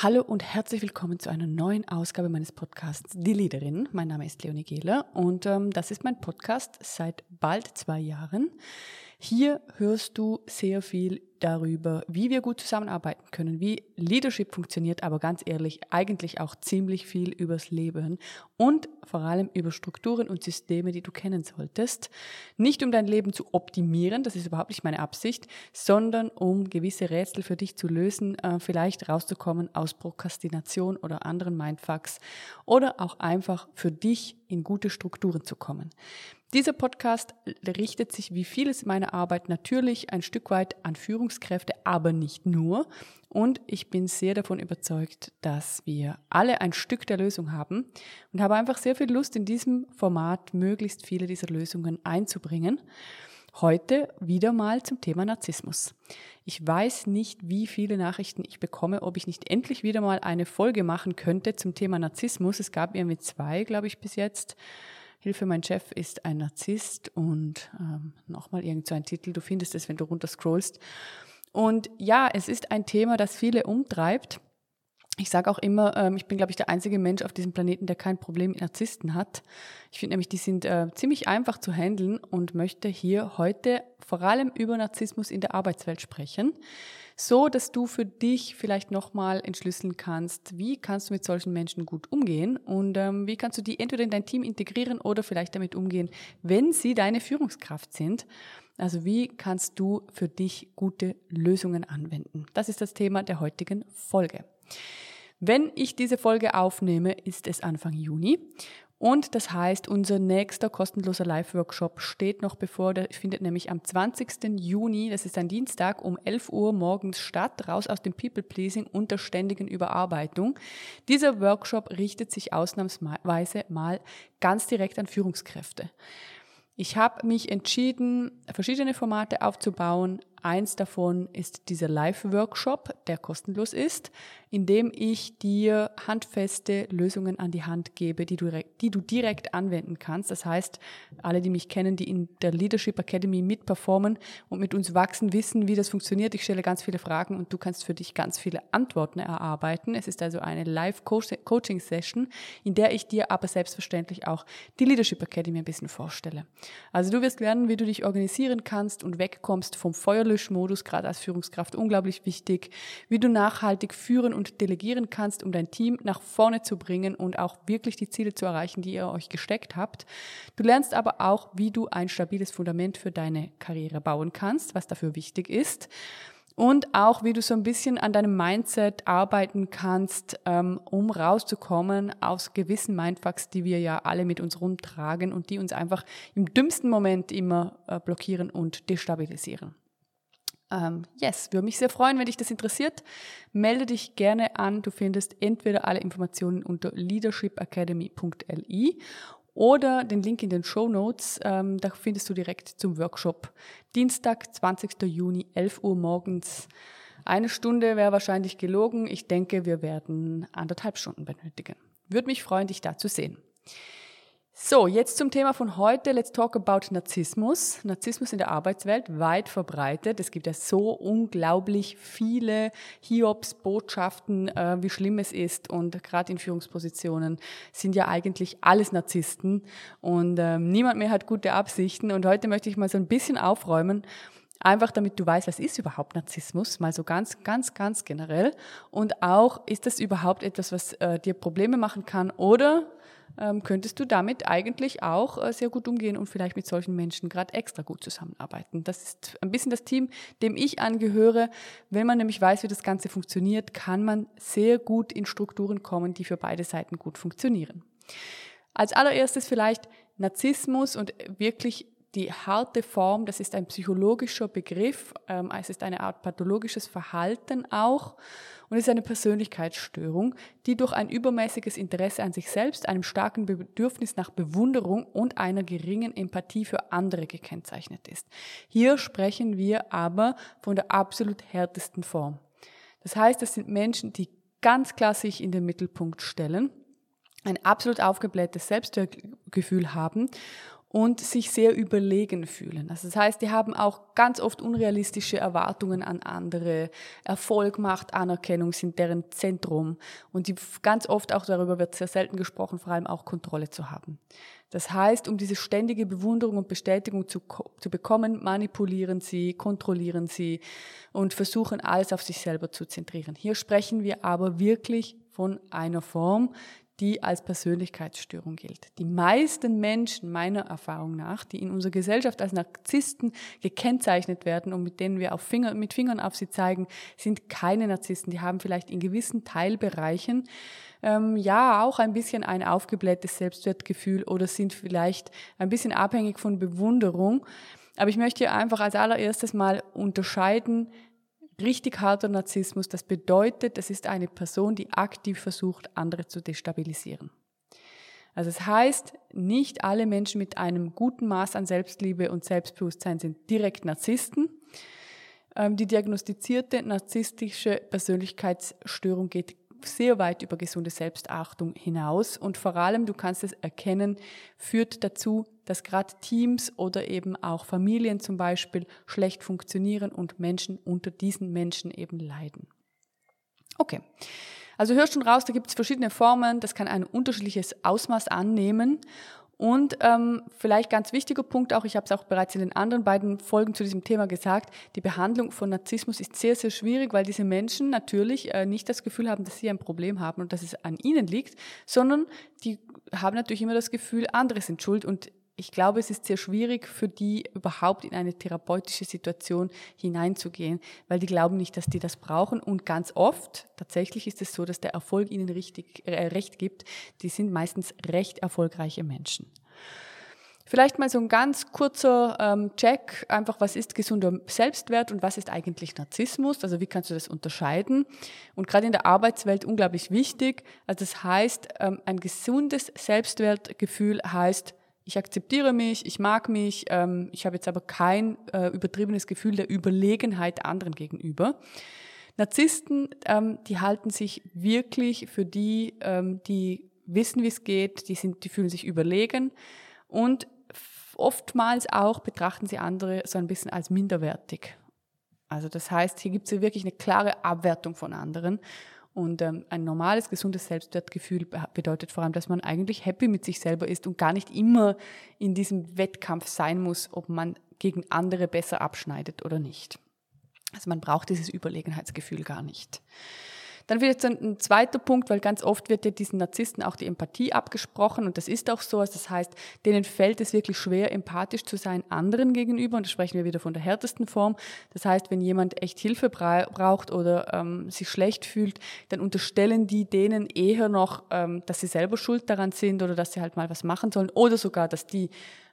Hallo und herzlich willkommen zu einer neuen Ausgabe meines Podcasts Die Leaderin. Mein Name ist Leonie Gehler und das ist mein Podcast seit bald 2 Jahren. Hier hörst du sehr viel darüber, wie wir gut zusammenarbeiten können, wie Leadership funktioniert, aber ganz ehrlich, eigentlich auch ziemlich viel übers Leben und vor allem über Strukturen und Systeme, die du kennen solltest. Nicht um dein Leben zu optimieren, das ist überhaupt nicht meine Absicht, sondern um gewisse Rätsel für dich zu lösen, vielleicht rauszukommen aus Prokrastination oder anderen Mindfucks oder auch einfach für dich in gute Strukturen zu kommen. Dieser Podcast richtet sich wie vieles meiner Arbeit natürlich ein Stück weit an Führungskräfte, aber nicht nur. Und ich bin sehr davon überzeugt, dass wir alle ein Stück der Lösung haben und habe einfach sehr viel Lust, in diesem Format möglichst viele dieser Lösungen einzubringen. Heute wieder mal zum Thema Narzissmus. Ich weiß nicht, wie viele Nachrichten ich bekomme, ob ich nicht endlich wieder mal eine Folge machen könnte zum Thema Narzissmus. Es gab irgendwie 2, glaube ich, bis jetzt. Hilfe, mein Chef ist ein Narzisst und nochmal irgend so ein Titel. Du findest es, wenn du runter scrollst. Und ja, es ist ein Thema, das viele umtreibt. Ich sage auch immer, ich bin, glaube ich, der einzige Mensch auf diesem Planeten, der kein Problem mit Narzissten hat. Ich finde nämlich, die sind ziemlich einfach zu handeln und möchte hier heute vor allem über Narzissmus in der Arbeitswelt sprechen, so dass du für dich vielleicht nochmal entschlüsseln kannst, wie kannst du mit solchen Menschen gut umgehen und wie kannst du die entweder in dein Team integrieren oder vielleicht damit umgehen, wenn sie deine Führungskraft sind. Also wie kannst du für dich gute Lösungen anwenden? Das ist das Thema der heutigen Folge. Wenn ich diese Folge aufnehme, ist es Anfang Juni und das heißt, unser nächster kostenloser Live-Workshop steht noch bevor, der findet nämlich am 20. Juni, das ist ein Dienstag, um 11 Uhr morgens statt, raus aus dem People-Pleasing und der ständigen Überarbeitung. Dieser Workshop richtet sich ausnahmsweise mal ganz direkt an Führungskräfte. Ich habe mich entschieden, verschiedene Formate aufzubauen. Eins davon ist dieser Live-Workshop, der kostenlos ist, in dem ich dir handfeste Lösungen an die Hand gebe, die du direkt anwenden kannst. Das heißt, alle, die mich kennen, die in der Leadership Academy mitperformen und mit uns wachsen, wissen, wie das funktioniert. Ich stelle ganz viele Fragen und du kannst für dich ganz viele Antworten erarbeiten. Es ist also eine Live-Coaching-Session, in der ich dir aber selbstverständlich auch die Leadership Academy ein bisschen vorstelle. Also du wirst lernen, wie du dich organisieren kannst und wegkommst vom Feuerlöschmodus, gerade als Führungskraft unglaublich wichtig, wie du nachhaltig führen und delegieren kannst, um dein Team nach vorne zu bringen und auch wirklich die Ziele zu erreichen, die ihr euch gesteckt habt. Du lernst aber auch, wie du ein stabiles Fundament für deine Karriere bauen kannst, was dafür wichtig ist. Und auch, wie du so ein bisschen an deinem Mindset arbeiten kannst, um rauszukommen aus gewissen Mindfucks, die wir ja alle mit uns rumtragen und die uns einfach im dümmsten Moment immer blockieren und destabilisieren. Würde mich sehr freuen, wenn dich das interessiert. Melde dich gerne an. Du findest entweder alle Informationen unter leadershipacademy.li oder den Link in den Shownotes. Da findest du direkt zum Workshop. Dienstag, 20. Juni, 11 Uhr morgens. 1 Stunde wäre wahrscheinlich gelogen. Ich denke, wir werden 1,5 Stunden benötigen. Würde mich freuen, dich da zu sehen. So, jetzt zum Thema von heute. Let's talk about Narzissmus. Narzissmus in der Arbeitswelt, weit verbreitet. Es gibt ja so unglaublich viele Hiobs-Botschaften, wie schlimm es ist. Und gerade in Führungspositionen sind ja eigentlich alles Narzissten. Und niemand mehr hat gute Absichten. Und heute möchte ich mal so ein bisschen aufräumen, einfach damit du weißt, was ist überhaupt Narzissmus, mal so ganz generell. Und auch, ist das überhaupt etwas, was dir Probleme machen kann oder könntest du damit eigentlich auch sehr gut umgehen und vielleicht mit solchen Menschen gerade extra gut zusammenarbeiten. Das ist ein bisschen das Team, dem ich angehöre. Wenn man nämlich weiß, wie das Ganze funktioniert, kann man sehr gut in Strukturen kommen, die für beide Seiten gut funktionieren. Als allererstes vielleicht Narzissmus und wirklich die harte Form, das ist ein psychologischer Begriff, es ist eine Art pathologisches Verhalten auch und es ist eine Persönlichkeitsstörung, die durch ein übermäßiges Interesse an sich selbst, einem starken Bedürfnis nach Bewunderung und einer geringen Empathie für andere gekennzeichnet ist. Hier sprechen wir aber von der absolut härtesten Form. Das heißt, es sind Menschen, die ganz klar sich in den Mittelpunkt stellen, ein absolut aufgeblähtes Selbstwertgefühl haben und sich sehr überlegen fühlen. Also das heißt, die haben auch ganz oft unrealistische Erwartungen an andere. Erfolg, Macht, Anerkennung sind deren Zentrum und die ganz oft auch, darüber wird sehr selten gesprochen, vor allem auch Kontrolle zu haben. Das heißt, um diese ständige Bewunderung und Bestätigung zu bekommen, manipulieren sie, kontrollieren sie und versuchen, alles auf sich selber zu zentrieren. Hier sprechen wir aber wirklich von einer Form, die als Persönlichkeitsstörung gilt. Die meisten Menschen, meiner Erfahrung nach, die in unserer Gesellschaft als Narzissten gekennzeichnet werden und mit denen wir mit Fingern auf sie zeigen, sind keine Narzissten. Die haben vielleicht in gewissen Teilbereichen auch ein bisschen ein aufgeblähtes Selbstwertgefühl oder sind vielleicht ein bisschen abhängig von Bewunderung. Aber ich möchte hier einfach als allererstes mal unterscheiden: Richtig harter Narzissmus, das bedeutet, es ist eine Person, die aktiv versucht, andere zu destabilisieren. Also es heißt, nicht alle Menschen mit einem guten Maß an Selbstliebe und Selbstbewusstsein sind direkt Narzissten. Die diagnostizierte narzisstische Persönlichkeitsstörung geht sehr weit über gesunde Selbstachtung hinaus und vor allem, du kannst es erkennen, führt dazu, dass gerade Teams oder eben auch Familien zum Beispiel schlecht funktionieren und Menschen unter diesen Menschen eben leiden. Okay, also hörst schon raus, da gibt es verschiedene Formen, das kann ein unterschiedliches Ausmaß annehmen. Und vielleicht ganz wichtiger Punkt auch, ich habe es auch bereits in den anderen beiden Folgen zu diesem Thema gesagt, die Behandlung von Narzissmus ist sehr, sehr schwierig, weil diese Menschen natürlich nicht das Gefühl haben, dass sie ein Problem haben und dass es an ihnen liegt, sondern die haben natürlich immer das Gefühl, andere sind schuld. Und ich glaube, es ist sehr schwierig für die, überhaupt in eine therapeutische Situation hineinzugehen, weil die glauben nicht, dass die das brauchen. Und ganz oft, tatsächlich ist es so, dass der Erfolg ihnen recht gibt. Die sind meistens recht erfolgreiche Menschen. Vielleicht mal so ein ganz kurzer Check, einfach was ist gesunder Selbstwert und was ist eigentlich Narzissmus, also wie kannst du das unterscheiden? Und gerade in der Arbeitswelt unglaublich wichtig, also das heißt, ein gesundes Selbstwertgefühl heißt, ich akzeptiere mich, ich mag mich, ich habe jetzt aber kein übertriebenes Gefühl der Überlegenheit anderen gegenüber. Narzissten, die halten sich wirklich für die, die wissen, wie es geht, die fühlen sich überlegen und oftmals auch betrachten sie andere so ein bisschen als minderwertig. Also das heißt, hier gibt es wirklich eine klare Abwertung von anderen. Und ein normales, gesundes Selbstwertgefühl bedeutet vor allem, dass man eigentlich happy mit sich selber ist und gar nicht immer in diesem Wettkampf sein muss, ob man gegen andere besser abschneidet oder nicht. Also man braucht dieses Überlegenheitsgefühl gar nicht. Dann wird jetzt ein zweiter Punkt, weil ganz oft wird ja diesen Narzissten auch die Empathie abgesprochen und das ist auch so. Also das heißt, denen fällt es wirklich schwer, empathisch zu sein anderen gegenüber und da sprechen wir wieder von der härtesten Form. Das heißt, wenn jemand echt Hilfe braucht oder sich schlecht fühlt, dann unterstellen die denen eher noch, dass sie selber schuld daran sind oder dass sie halt mal was machen sollen oder sogar, dass die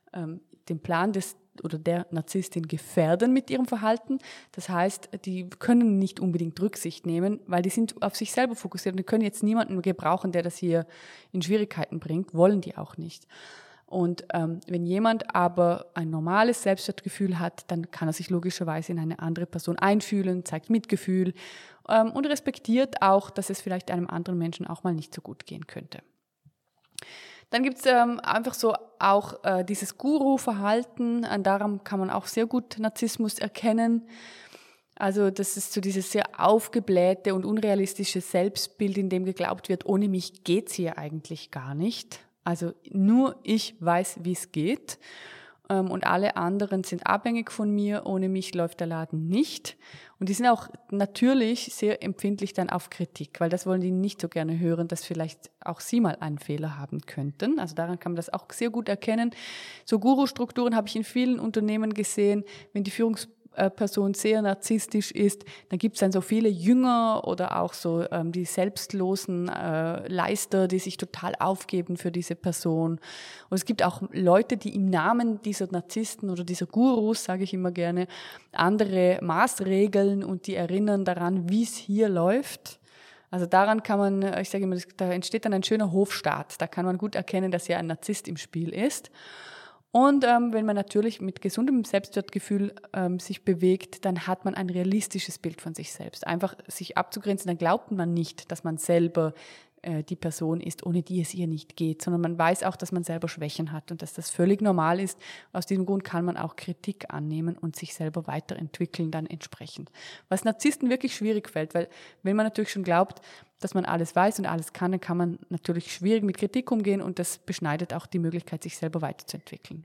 den Plan der Narzisstin gefährden mit ihrem Verhalten. Das heißt, die können nicht unbedingt Rücksicht nehmen, weil die sind auf sich selber fokussiert und die können jetzt niemanden gebrauchen, der das hier in Schwierigkeiten bringt, wollen die auch nicht. Und wenn jemand aber ein normales Selbstwertgefühl hat, dann kann er sich logischerweise in eine andere Person einfühlen, zeigt Mitgefühl und respektiert auch, dass es vielleicht einem anderen Menschen auch mal nicht so gut gehen könnte. Dann gibt es einfach so auch dieses Guru-Verhalten, daran kann man auch sehr gut Narzissmus erkennen. Also das ist so dieses sehr aufgeblähte und unrealistische Selbstbild, in dem geglaubt wird, ohne mich geht's hier eigentlich gar nicht. Also nur ich weiß, wie es geht. Und alle anderen sind abhängig von mir, ohne mich läuft der Laden nicht. Und die sind auch natürlich sehr empfindlich dann auf Kritik, weil das wollen die nicht so gerne hören, dass vielleicht auch sie mal einen Fehler haben könnten. Also daran kann man das auch sehr gut erkennen. So Guru-Strukturen habe ich in vielen Unternehmen gesehen, wenn die Führungsperson sehr narzisstisch ist, dann gibt es dann so viele Jünger oder auch so die selbstlosen Leister, die sich total aufgeben für diese Person. Und es gibt auch Leute, die im Namen dieser Narzissten oder dieser Gurus, sage ich immer gerne, andere Maßregeln und die erinnern daran, wie es hier läuft. Also daran kann man, ich sage immer, da entsteht dann ein schöner Hofstaat. Da kann man gut erkennen, dass hier ein Narzisst im Spiel ist. Und wenn man natürlich mit gesundem Selbstwertgefühl sich bewegt, dann hat man ein realistisches Bild von sich selbst. Einfach sich abzugrenzen, dann glaubt man nicht, dass man selber die Person ist, ohne die es ihr nicht geht, sondern man weiß auch, dass man selber Schwächen hat und dass das völlig normal ist. Aus diesem Grund kann man auch Kritik annehmen und sich selber weiterentwickeln dann entsprechend. Was Narzissten wirklich schwierig fällt, weil wenn man natürlich schon glaubt, dass man alles weiß und alles kann, dann kann man natürlich schwierig mit Kritik umgehen und das beschneidet auch die Möglichkeit, sich selber weiterzuentwickeln.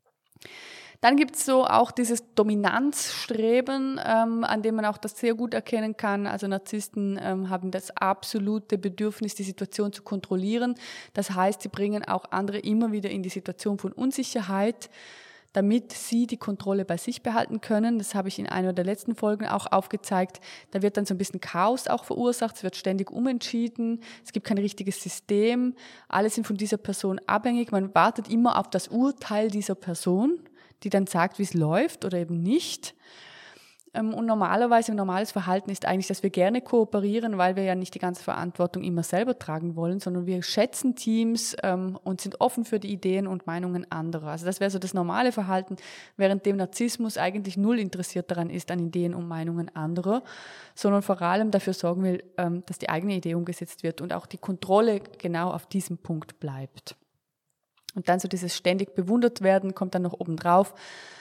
Dann gibt es so auch dieses Dominanzstreben, an dem man auch das sehr gut erkennen kann. Also Narzissten haben das absolute Bedürfnis, die Situation zu kontrollieren. Das heißt, sie bringen auch andere immer wieder in die Situation von Unsicherheit, damit sie die Kontrolle bei sich behalten können. Das habe ich in einer der letzten Folgen auch aufgezeigt. Da wird dann so ein bisschen Chaos auch verursacht. Es wird ständig umentschieden. Es gibt kein richtiges System. Alle sind von dieser Person abhängig. Man wartet immer auf das Urteil dieser Person, die dann sagt, wie es läuft oder eben nicht. Und normalerweise, ein normales Verhalten ist eigentlich, dass wir gerne kooperieren, weil wir ja nicht die ganze Verantwortung immer selber tragen wollen, sondern wir schätzen Teams und sind offen für die Ideen und Meinungen anderer. Also das wäre so das normale Verhalten, während dem Narzissmus eigentlich null interessiert daran ist, an Ideen und Meinungen anderer, sondern vor allem dafür sorgen will, dass die eigene Idee umgesetzt wird und auch die Kontrolle genau auf diesem Punkt bleibt. Und dann so dieses ständig bewundert werden kommt dann noch obendrauf.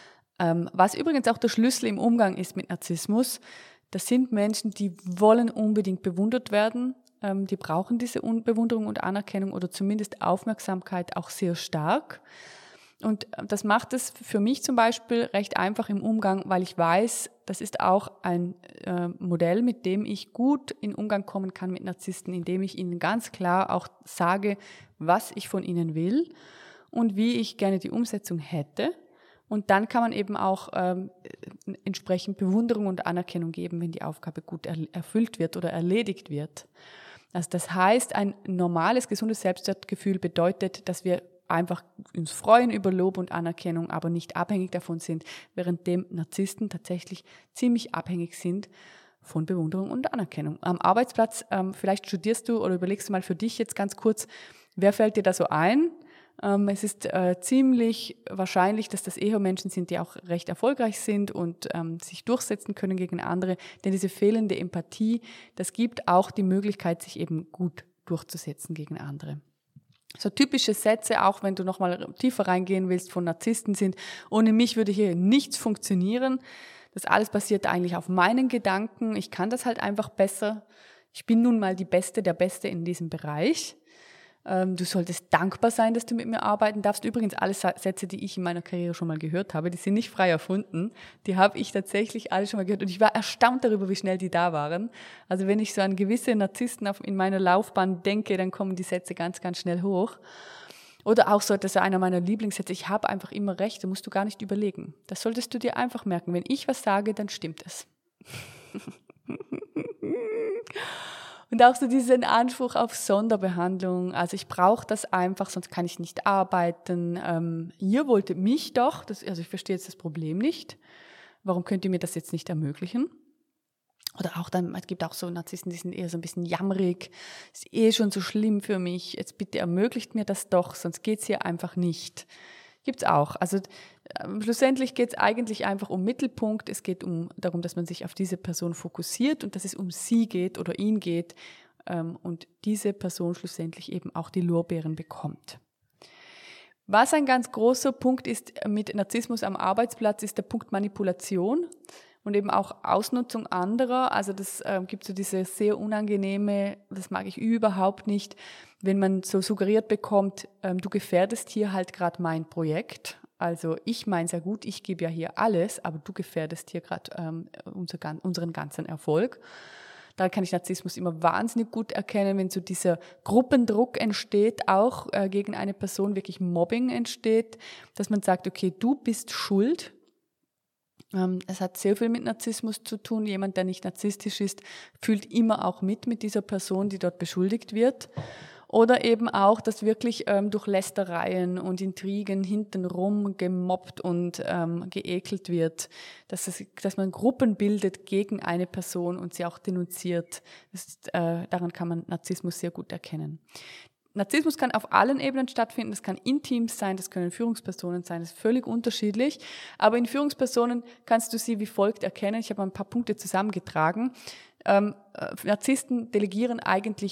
Was übrigens auch der Schlüssel im Umgang ist mit Narzissmus, das sind Menschen, die wollen unbedingt bewundert werden. Die brauchen diese Bewunderung und Anerkennung oder zumindest Aufmerksamkeit auch sehr stark. Und das macht es für mich zum Beispiel recht einfach im Umgang, weil ich weiß, das ist auch ein Modell, mit dem ich gut in Umgang kommen kann mit Narzissten, indem ich ihnen ganz klar auch sage, was ich von ihnen will und wie ich gerne die Umsetzung hätte. Und dann kann man eben auch entsprechend Bewunderung und Anerkennung geben, wenn die Aufgabe gut erfüllt wird oder erledigt wird. Also das heißt, ein normales, gesundes Selbstwertgefühl bedeutet, dass wir einfach uns freuen über Lob und Anerkennung, aber nicht abhängig davon sind, währenddem Narzissten tatsächlich ziemlich abhängig sind von Bewunderung und Anerkennung. Am Arbeitsplatz, vielleicht studierst du oder überlegst du mal für dich jetzt ganz kurz, wer fällt dir da so ein? Es ist ziemlich wahrscheinlich, dass das eher Menschen sind, die auch recht erfolgreich sind und sich durchsetzen können gegen andere, denn diese fehlende Empathie, das gibt auch die Möglichkeit, sich eben gut durchzusetzen gegen andere. So typische Sätze, auch wenn du nochmal tiefer reingehen willst, von Narzissten sind, ohne mich würde hier nichts funktionieren. Das alles basiert eigentlich auf meinen Gedanken. Ich kann das halt einfach besser. Ich bin nun mal die Beste, der Beste in diesem Bereich. Du solltest dankbar sein, dass du mit mir arbeiten darfst. Übrigens alle Sätze, die ich in meiner Karriere schon mal gehört habe, die sind nicht frei erfunden. Die habe ich tatsächlich alle schon mal gehört und ich war erstaunt darüber, wie schnell die da waren. Also wenn ich so an gewisse Narzissten in meiner Laufbahn denke, dann kommen die Sätze ganz, ganz schnell hoch. Oder auch so, das ist einer meiner Lieblingssätze, ich habe einfach immer recht, da musst du gar nicht überlegen. Das solltest du dir einfach merken. Wenn ich was sage, dann stimmt es. Und auch so diesen Anspruch auf Sonderbehandlung, also ich brauche das einfach, sonst kann ich nicht arbeiten. Ihr wolltet mich doch, also ich verstehe jetzt das Problem nicht. Warum könnt ihr mir das jetzt nicht ermöglichen? Oder auch dann, es gibt auch so Narzissten, die sind eher so ein bisschen jammerig, ist eh schon so schlimm für mich, jetzt bitte ermöglicht mir das doch, sonst geht's hier einfach nicht. Gibt's auch. Also schlussendlich geht es eigentlich einfach um Mittelpunkt. Es geht darum, dass man sich auf diese Person fokussiert und dass es um sie geht oder ihn geht und diese Person schlussendlich eben auch die Lorbeeren bekommt. Was ein ganz großer Punkt ist mit Narzissmus am Arbeitsplatz, ist der Punkt Manipulation und eben auch Ausnutzung anderer. Also das gibt so diese sehr unangenehme, das mag ich überhaupt nicht, wenn man so suggeriert bekommt, du gefährdest hier halt gerade mein Projekt. Also ich meine sehr gut, ich gebe ja hier alles, aber du gefährdest hier gerade unseren ganzen Erfolg. Da kann ich Narzissmus immer wahnsinnig gut erkennen, wenn so dieser Gruppendruck entsteht, auch gegen eine Person wirklich Mobbing entsteht, dass man sagt, okay, du bist schuld. Es hat sehr viel mit Narzissmus zu tun. Jemand, der nicht narzisstisch ist, fühlt immer auch mit dieser Person, die dort beschuldigt wird. Oder eben auch, dass wirklich durch Lästereien und Intrigen hintenrum gemobbt und geekelt wird, dass man Gruppen bildet gegen eine Person und sie auch denunziert. Daran kann man Narzissmus sehr gut erkennen. Narzissmus kann auf allen Ebenen stattfinden, das kann in Teams sein, das können Führungspersonen sein, das ist völlig unterschiedlich. Aber in Führungspersonen kannst du sie wie folgt erkennen. Ich habe ein paar Punkte zusammengetragen. Narzissten delegieren eigentlich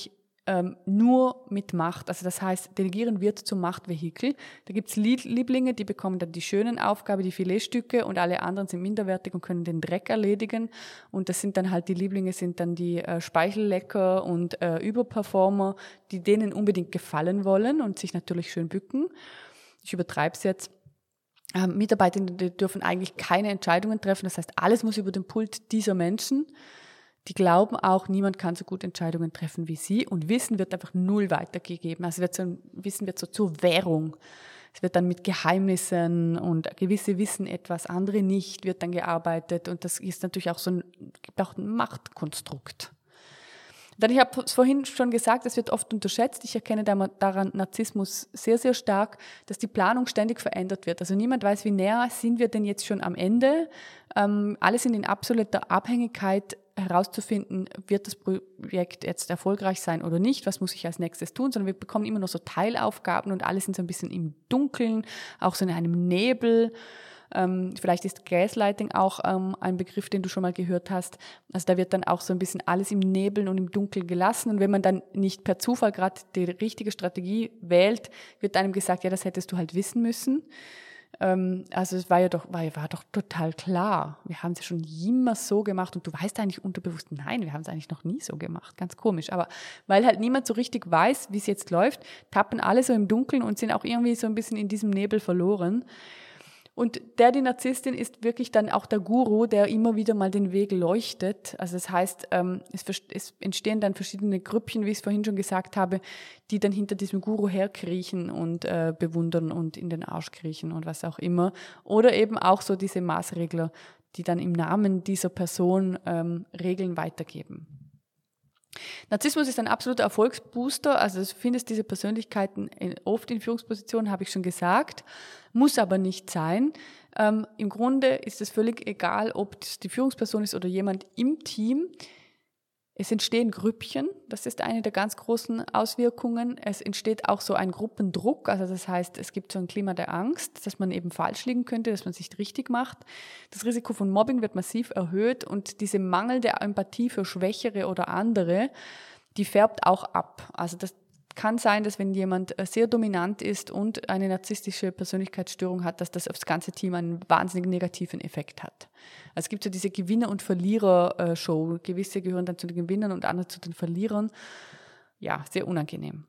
nur mit Macht. Also das heißt, Delegieren wird zum Machtvehikel. Da gibt es Lieblinge, die bekommen dann die schönen Aufgaben, die Filetstücke und alle anderen sind minderwertig und können den Dreck erledigen. Und das sind dann halt die Lieblinge, sind dann die Speichellecker und Überperformer, die denen unbedingt gefallen wollen und sich natürlich schön bücken. Ich übertreibe es jetzt. Mitarbeitende die dürfen eigentlich keine Entscheidungen treffen. Das heißt, alles muss über den Pult dieser Menschen. Die glauben auch, niemand kann so gut Entscheidungen treffen wie sie und Wissen wird einfach null weitergegeben. Also Wissen wird so zur Währung. Es wird dann mit Geheimnissen und gewisse wissen etwas, andere nicht, wird dann gearbeitet und das ist natürlich auch gibt auch ein Machtkonstrukt. Dann, ich habe es vorhin schon gesagt, es wird oft unterschätzt. Ich erkenne daran Narzissmus sehr, sehr stark, dass die Planung ständig verändert wird. Also niemand weiß, wie näher sind wir denn jetzt schon am Ende. Alle sind in absoluter Abhängigkeit herauszufinden, wird das Projekt jetzt erfolgreich sein oder nicht, was muss ich als nächstes tun, sondern wir bekommen immer nur so Teilaufgaben und alle sind so ein bisschen im Dunkeln, auch so in einem Nebel. Vielleicht ist Gaslighting auch ein Begriff, den du schon mal gehört hast. Also da wird dann auch so ein bisschen alles im Nebeln und im Dunkeln gelassen. Und wenn man dann nicht per Zufall gerade die richtige Strategie wählt, wird einem gesagt, ja, das hättest du halt wissen müssen. Also es war doch total klar. Wir haben es ja schon immer so gemacht und du weißt eigentlich unterbewusst, nein, wir haben es eigentlich noch nie so gemacht. Ganz komisch. Aber weil halt niemand so richtig weiß, wie es jetzt läuft, tappen alle so im Dunkeln und sind auch irgendwie so ein bisschen in diesem Nebel verloren. Und die Narzisstin ist wirklich dann auch der Guru, der immer wieder mal den Weg leuchtet. Also das heißt, es entstehen dann verschiedene Grüppchen, wie ich es vorhin schon gesagt habe, die dann hinter diesem Guru herkriechen und bewundern und in den Arsch kriechen und was auch immer. Oder eben auch so diese Maßregler, die dann im Namen dieser Person Regeln weitergeben. Narzissmus ist ein absoluter Erfolgsbooster, also du findest diese Persönlichkeiten oft in Führungspositionen, habe ich schon gesagt, muss aber nicht sein. Im Grunde ist es völlig egal, ob es die Führungsperson ist oder jemand im Team. Es entstehen Grüppchen, das ist eine der ganz großen Auswirkungen. Es entsteht auch so ein Gruppendruck, also das heißt, es gibt so ein Klima der Angst, dass man eben falsch liegen könnte, dass man es nicht richtig macht. Das Risiko von Mobbing wird massiv erhöht und diese mangelnde Empathie für Schwächere oder andere, die färbt auch ab. Also das kann sein, dass wenn jemand sehr dominant ist und eine narzisstische Persönlichkeitsstörung hat, dass das aufs ganze Team einen wahnsinnig negativen Effekt hat. Also es gibt so diese Gewinner- und Verlierer-Show. Gewisse gehören dann zu den Gewinnern und andere zu den Verlierern. Ja, sehr unangenehm.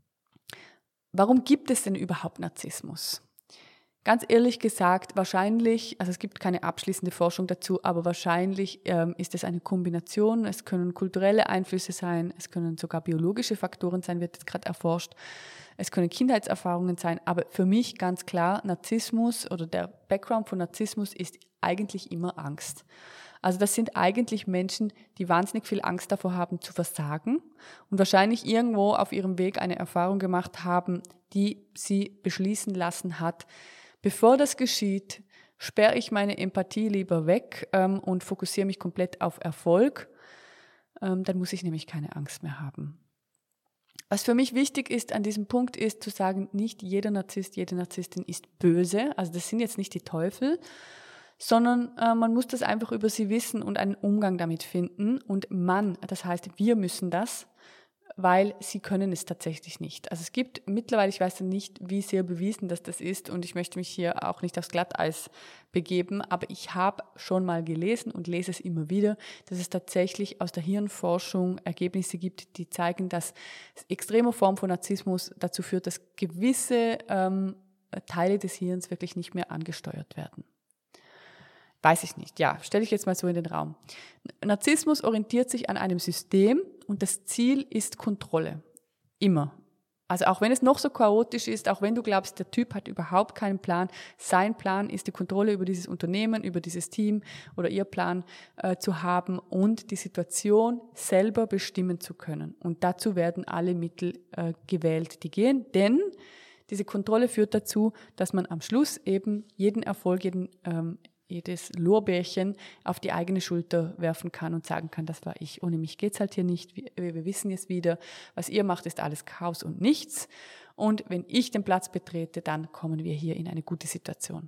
Warum gibt es denn überhaupt Narzissmus? Ganz ehrlich gesagt, wahrscheinlich, also es gibt keine abschließende Forschung dazu, aber wahrscheinlich ist es eine Kombination. Es können kulturelle Einflüsse sein, es können sogar biologische Faktoren sein, wird jetzt gerade erforscht. Es können Kindheitserfahrungen sein, aber für mich ganz klar, Narzissmus oder der Background von Narzissmus ist eigentlich immer Angst. Also das sind eigentlich Menschen, die wahnsinnig viel Angst davor haben, zu versagen und wahrscheinlich irgendwo auf ihrem Weg eine Erfahrung gemacht haben, die sie beschließen lassen hat, bevor das geschieht, sperre ich meine Empathie lieber weg und fokussiere mich komplett auf Erfolg. Dann muss ich nämlich keine Angst mehr haben. Was für mich wichtig ist an diesem Punkt ist zu sagen, nicht jeder Narzisst, jede Narzisstin ist böse. Also das sind jetzt nicht die Teufel, sondern man muss das einfach über sie wissen und einen Umgang damit finden. Und das heißt, wir müssen das, weil sie können es tatsächlich nicht. Also es gibt mittlerweile, ich weiß nicht, wie sehr bewiesen das ist und ich möchte mich hier auch nicht aufs Glatteis begeben, aber ich habe schon mal gelesen und lese es immer wieder, dass es tatsächlich aus der Hirnforschung Ergebnisse gibt, die zeigen, dass extreme Form von Narzissmus dazu führt, dass gewisse Teile des Hirns wirklich nicht mehr angesteuert werden. Weiß ich nicht. Ja, stelle ich jetzt mal so in den Raum. Narzissmus orientiert sich an einem System und das Ziel ist Kontrolle. Immer. Also auch wenn es noch so chaotisch ist, auch wenn du glaubst, der Typ hat überhaupt keinen Plan, sein Plan ist die Kontrolle über dieses Unternehmen, über dieses Team oder ihr Plan zu haben und die Situation selber bestimmen zu können. Und dazu werden alle Mittel gewählt, die gehen, denn diese Kontrolle führt dazu, dass man am Schluss eben jeden Erfolg, jedes Lorbeerchen auf die eigene Schulter werfen kann und sagen kann, das war ich. Ohne mich geht's halt hier nicht. Wir wissen jetzt wieder, was ihr macht, ist alles Chaos und nichts. Und wenn ich den Platz betrete, dann kommen wir hier in eine gute Situation.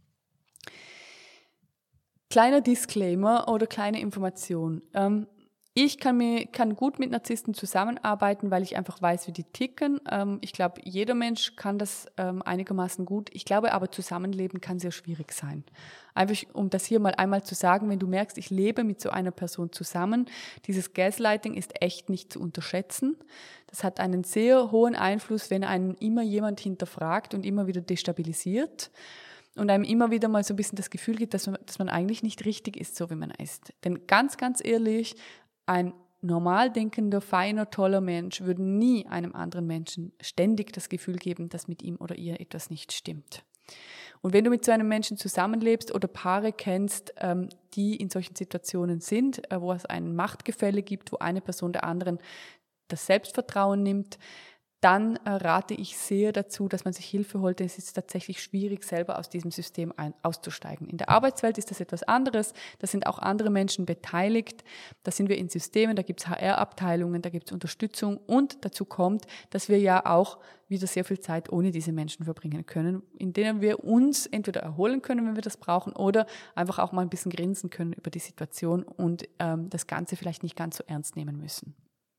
Kleiner Disclaimer oder kleine Information. Ich kann gut mit Narzissten zusammenarbeiten, weil ich einfach weiß, wie die ticken. Ich glaube, jeder Mensch kann das einigermaßen gut. Ich glaube aber, Zusammenleben kann sehr schwierig sein. Einfach, um das hier mal einmal zu sagen, wenn du merkst, ich lebe mit so einer Person zusammen, dieses Gaslighting ist echt nicht zu unterschätzen. Das hat einen sehr hohen Einfluss, wenn einen immer jemand hinterfragt und immer wieder destabilisiert. Und einem immer wieder mal so ein bisschen das Gefühl gibt, dass man eigentlich nicht richtig ist, so wie man ist. Denn ganz, ganz ehrlich, ein normal denkender, feiner, toller Mensch würde nie einem anderen Menschen ständig das Gefühl geben, dass mit ihm oder ihr etwas nicht stimmt. Und wenn du mit so einem Menschen zusammenlebst oder Paare kennst, die in solchen Situationen sind, wo es ein Machtgefälle gibt, wo eine Person der anderen das Selbstvertrauen nimmt, dann rate ich sehr dazu, dass man sich Hilfe holt, denn es ist tatsächlich schwierig, selber aus diesem System auszusteigen. In der Arbeitswelt ist das etwas anderes, da sind auch andere Menschen beteiligt, da sind wir in Systemen, da gibt es HR-Abteilungen, da gibt es Unterstützung und dazu kommt, dass wir ja auch wieder sehr viel Zeit ohne diese Menschen verbringen können, in denen wir uns entweder erholen können, wenn wir das brauchen, oder einfach auch mal ein bisschen grinsen können über die Situation und das Ganze vielleicht nicht ganz so ernst nehmen müssen.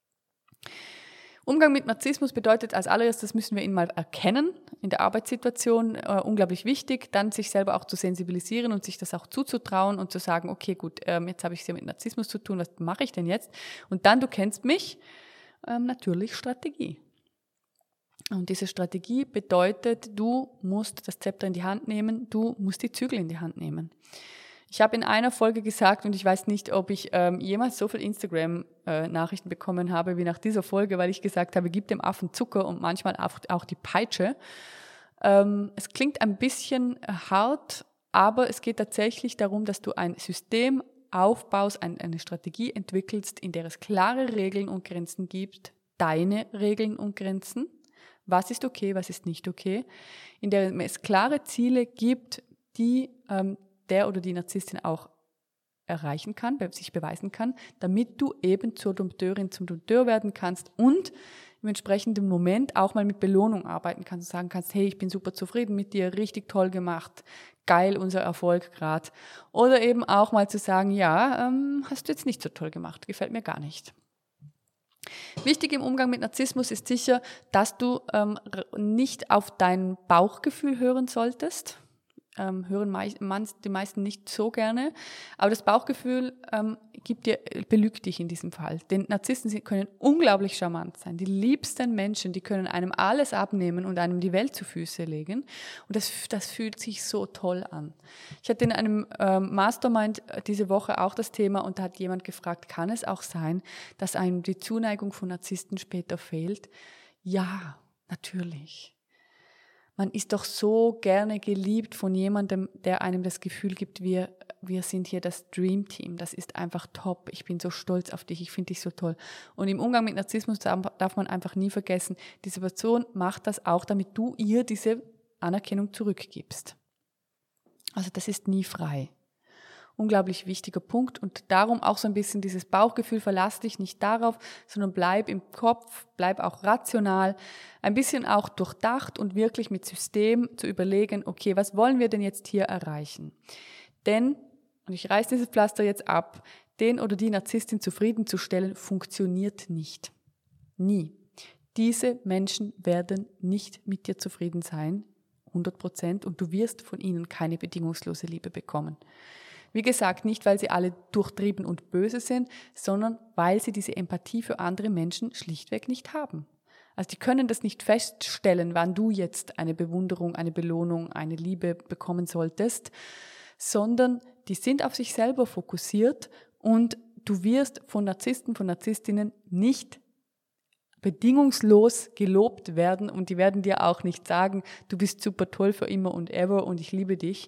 Umgang mit Narzissmus bedeutet als allererstes, müssen wir ihn mal erkennen, in der Arbeitssituation, unglaublich wichtig, dann sich selber auch zu sensibilisieren und sich das auch zuzutrauen und zu sagen, okay, gut, jetzt habe ich es ja mit Narzissmus zu tun, was mache ich denn jetzt? Und dann, du kennst mich, natürlich Strategie. Und diese Strategie bedeutet, du musst das Zepter in die Hand nehmen, du musst die Zügel in die Hand nehmen. Ich habe in einer Folge gesagt, und ich weiß nicht, ob ich jemals so viel Instagram-Nachrichten bekommen habe wie nach dieser Folge, weil ich gesagt habe, gib dem Affen Zucker und manchmal auch die Peitsche. Es klingt ein bisschen hart, aber es geht tatsächlich darum, dass du ein System aufbaust, eine Strategie entwickelst, in der es klare Regeln und Grenzen gibt, deine Regeln und Grenzen. Was ist okay, was ist nicht okay, in der es klare Ziele gibt, die der oder die Narzisstin auch erreichen kann, sich beweisen kann, damit du eben zur Dompteurin, zum Dompteur werden kannst und im entsprechenden Moment auch mal mit Belohnung arbeiten kannst und sagen kannst, hey, ich bin super zufrieden mit dir, richtig toll gemacht, geil, unser Erfolg gerade. Oder eben auch mal zu sagen, ja, hast du jetzt nicht so toll gemacht, gefällt mir gar nicht. Wichtig im Umgang mit Narzissmus ist sicher, dass du nicht auf dein Bauchgefühl hören solltest. Hören die meisten nicht so gerne. Aber das Bauchgefühl belügt dich in diesem Fall. Denn Narzissten können unglaublich charmant sein. Die liebsten Menschen, die können einem alles abnehmen und einem die Welt zu Füße legen. Und das fühlt sich so toll an. Ich hatte in einem Mastermind diese Woche auch das Thema und da hat jemand gefragt, kann es auch sein, dass einem die Zuneigung von Narzissten später fehlt? Ja, natürlich. Man ist doch so gerne geliebt von jemandem, der einem das Gefühl gibt, wir sind hier das Dream Team, das ist einfach top, ich bin so stolz auf dich, ich finde dich so toll. Und im Umgang mit Narzissmus darf man einfach nie vergessen, diese Person macht das auch, damit du ihr diese Anerkennung zurückgibst. Also das ist nie frei. Unglaublich wichtiger Punkt und darum auch so ein bisschen dieses Bauchgefühl, verlass dich nicht darauf, sondern bleib im Kopf, bleib auch rational, ein bisschen auch durchdacht und wirklich mit System zu überlegen, okay, was wollen wir denn jetzt hier erreichen? Denn, und ich reiße dieses Pflaster jetzt ab, den oder die Narzisstin zufriedenzustellen, funktioniert nicht. Nie. Diese Menschen werden nicht mit dir zufrieden sein, 100%, und du wirst von ihnen keine bedingungslose Liebe bekommen. Wie gesagt, nicht, weil sie alle durchtrieben und böse sind, sondern weil sie diese Empathie für andere Menschen schlichtweg nicht haben. Also die können das nicht feststellen, wann du jetzt eine Bewunderung, eine Belohnung, eine Liebe bekommen solltest, sondern die sind auf sich selber fokussiert und du wirst von Narzissten, von Narzisstinnen nicht bedingungslos gelobt werden und die werden dir auch nicht sagen, du bist super toll für immer und ever und ich liebe dich.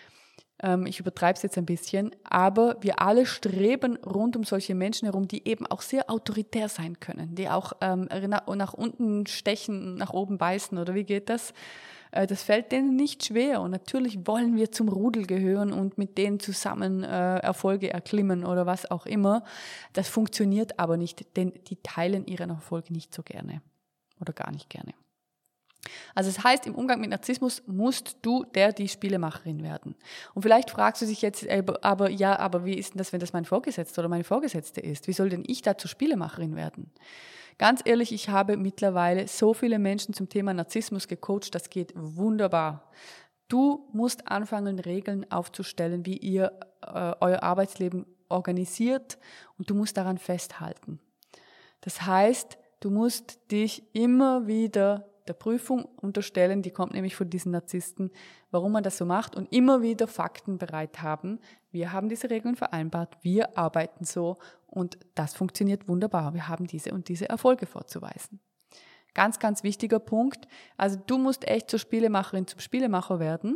Ich übertreibe es jetzt ein bisschen, aber wir alle streben rund um solche Menschen herum, die eben auch sehr autoritär sein können, die auch nach unten stechen, nach oben beißen, oder wie geht das? Das fällt denen nicht schwer und natürlich wollen wir zum Rudel gehören und mit denen zusammen Erfolge erklimmen oder was auch immer. Das funktioniert aber nicht, denn die teilen ihren Erfolg nicht so gerne oder gar nicht gerne. Also das heißt, im Umgang mit Narzissmus musst du die Spielemacherin werden. Und vielleicht fragst du dich jetzt, aber wie ist denn das, wenn das mein Vorgesetzter oder meine Vorgesetzte ist? Wie soll denn ich da zur Spielemacherin werden? Ganz ehrlich, ich habe mittlerweile so viele Menschen zum Thema Narzissmus gecoacht, das geht wunderbar. Du musst anfangen, Regeln aufzustellen, wie ihr euer Arbeitsleben organisiert, und du musst daran festhalten. Das heißt, du musst dich immer wieder der Prüfung unterstellen, die kommt nämlich von diesen Narzissten, warum man das so macht, und immer wieder Fakten bereit haben. Wir haben diese Regeln vereinbart, wir arbeiten so und das funktioniert wunderbar. Wir haben diese und diese Erfolge vorzuweisen. Ganz, ganz wichtiger Punkt. Also du musst echt zur Spielemacherin, zum Spielemacher werden.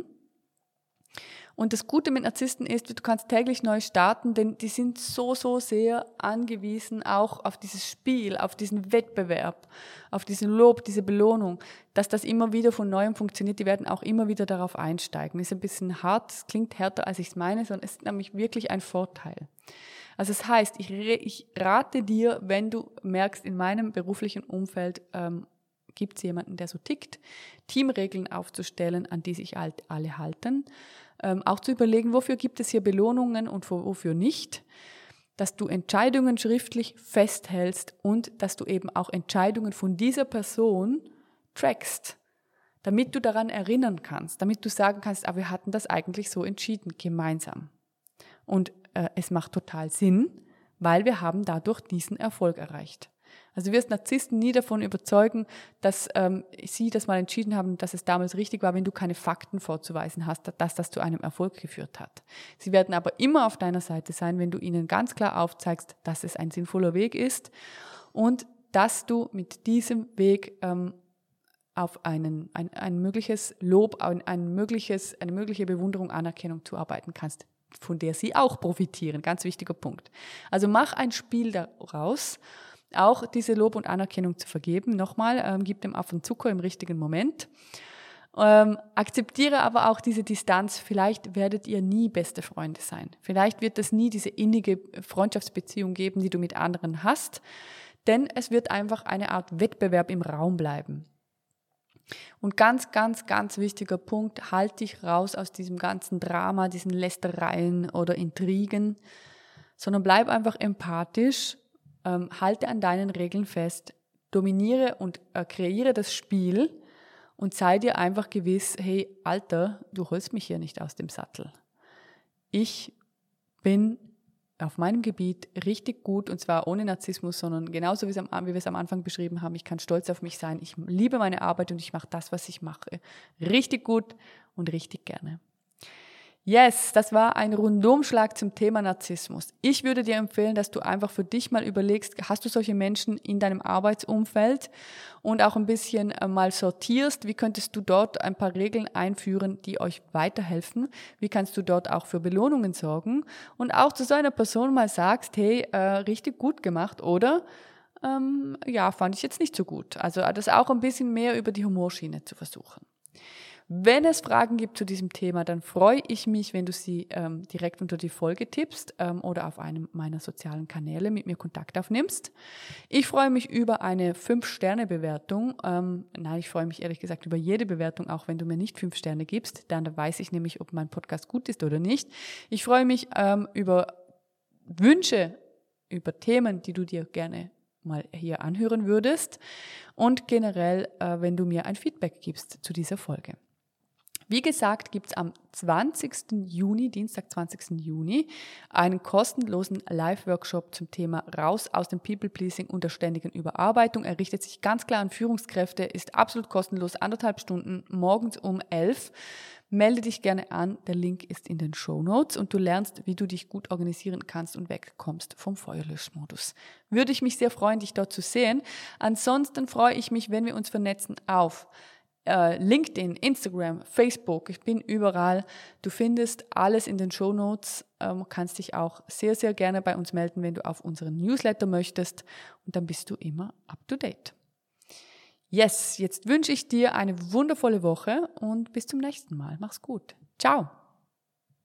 Und das Gute mit Narzissten ist, du kannst täglich neu starten, denn die sind so sehr angewiesen auch auf dieses Spiel, auf diesen Wettbewerb, auf diesen Lob, diese Belohnung, dass das immer wieder von Neuem funktioniert. Die werden auch immer wieder darauf einsteigen. Ist ein bisschen hart, es klingt härter, als ich es meine, sondern es ist nämlich wirklich ein Vorteil. Also das heißt, ich rate dir, wenn du merkst, in meinem beruflichen Umfeld gibt es jemanden, der so tickt, Teamregeln aufzustellen, an die sich alle halten. Auch zu überlegen, wofür gibt es hier Belohnungen und wofür nicht, dass du Entscheidungen schriftlich festhältst und dass du eben auch Entscheidungen von dieser Person trackst, damit du daran erinnern kannst, damit du sagen kannst, wir hatten das eigentlich so entschieden, gemeinsam. Und es macht total Sinn, weil wir haben dadurch diesen Erfolg erreicht. Also du wirst Narzissten nie davon überzeugen, dass sie das mal entschieden haben, dass es damals richtig war, wenn du keine Fakten vorzuweisen hast, dass das zu einem Erfolg geführt hat. Sie werden aber immer auf deiner Seite sein, wenn du ihnen ganz klar aufzeigst, dass es ein sinnvoller Weg ist und dass du mit diesem Weg auf ein mögliches Lob, eine mögliche Bewunderung, Anerkennung zuarbeiten kannst, von der sie auch profitieren. Ganz wichtiger Punkt. Also mach ein Spiel daraus, auch diese Lob und Anerkennung zu vergeben. Nochmal, gib dem Affen Zucker im richtigen Moment. Akzeptiere aber auch diese Distanz. Vielleicht werdet ihr nie beste Freunde sein. Vielleicht wird es nie diese innige Freundschaftsbeziehung geben, die du mit anderen hast. Denn es wird einfach eine Art Wettbewerb im Raum bleiben. Und ganz, ganz, ganz wichtiger Punkt, halt dich raus aus diesem ganzen Drama, diesen Lästereien oder Intrigen, sondern bleib einfach empathisch, halte an deinen Regeln fest, dominiere und kreiere das Spiel und sei dir einfach gewiss, hey, Alter, du holst mich hier nicht aus dem Sattel. Ich bin auf meinem Gebiet richtig gut, und zwar ohne Narzissmus, sondern genauso wie wir es am Anfang beschrieben haben. Ich kann stolz auf mich sein. Ich liebe meine Arbeit und ich mache das, was ich mache. Richtig gut und richtig gerne. Yes, das war ein Rundumschlag zum Thema Narzissmus. Ich würde dir empfehlen, dass du einfach für dich mal überlegst, hast du solche Menschen in deinem Arbeitsumfeld und auch ein bisschen mal sortierst, wie könntest du dort ein paar Regeln einführen, die euch weiterhelfen, wie kannst du dort auch für Belohnungen sorgen und auch zu so einer Person mal sagst, hey, richtig gut gemacht oder fand ich jetzt nicht so gut. Also das auch ein bisschen mehr über die Humorschiene zu versuchen. Wenn es Fragen gibt zu diesem Thema, dann freue ich mich, wenn du sie direkt unter die Folge tippst oder auf einem meiner sozialen Kanäle mit mir Kontakt aufnimmst. Ich freue mich über eine 5-Sterne-Bewertung. Ich freue mich ehrlich gesagt über jede Bewertung, auch wenn du mir nicht 5 Sterne gibst. Dann weiß ich nämlich, ob mein Podcast gut ist oder nicht. Ich freue mich über Wünsche, über Themen, die du dir gerne mal hier anhören würdest und generell, wenn du mir ein Feedback gibst zu dieser Folge. Wie gesagt, gibt es am 20. Juni, Dienstag, 20. Juni, einen kostenlosen Live-Workshop zum Thema Raus aus dem People-Pleasing und der ständigen Überarbeitung. Er richtet sich ganz klar an Führungskräfte, ist absolut kostenlos, 1,5 Stunden, morgens um 11. Melde dich gerne an, der Link ist in den Shownotes und du lernst, wie du dich gut organisieren kannst und wegkommst vom Feuerlöschmodus. Würde ich mich sehr freuen, dich dort zu sehen. Ansonsten freue ich mich, wenn wir uns vernetzen auf LinkedIn, Instagram, Facebook, ich bin überall. Du findest alles in den Shownotes, kannst dich auch sehr, sehr gerne bei uns melden, wenn du auf unseren Newsletter möchtest und dann bist du immer up to date. Yes, jetzt wünsche ich dir eine wundervolle Woche und bis zum nächsten Mal. Mach's gut. Ciao.